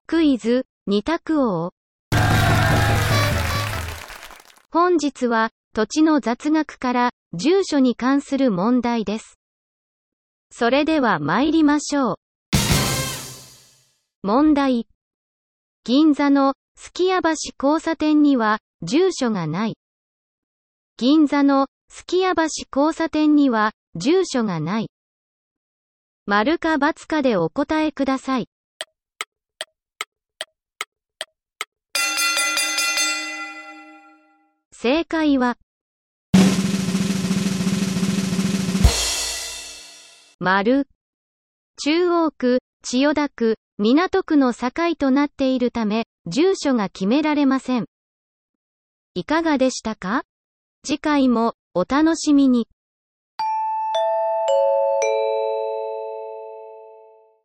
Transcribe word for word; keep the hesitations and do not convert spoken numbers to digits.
クイズ、二択王。本日は、土地の雑学から、住所に関する問題です。それでは参りましょう。問題。銀座の、数寄屋橋交差点には、住所がない。銀座の、数寄屋橋交差点には、住所がない。丸か×かでお答えください。正解は、丸。中央区、千代田区、港区の境となっているため、住所が決められません。いかがでしたか？次回もお楽しみに。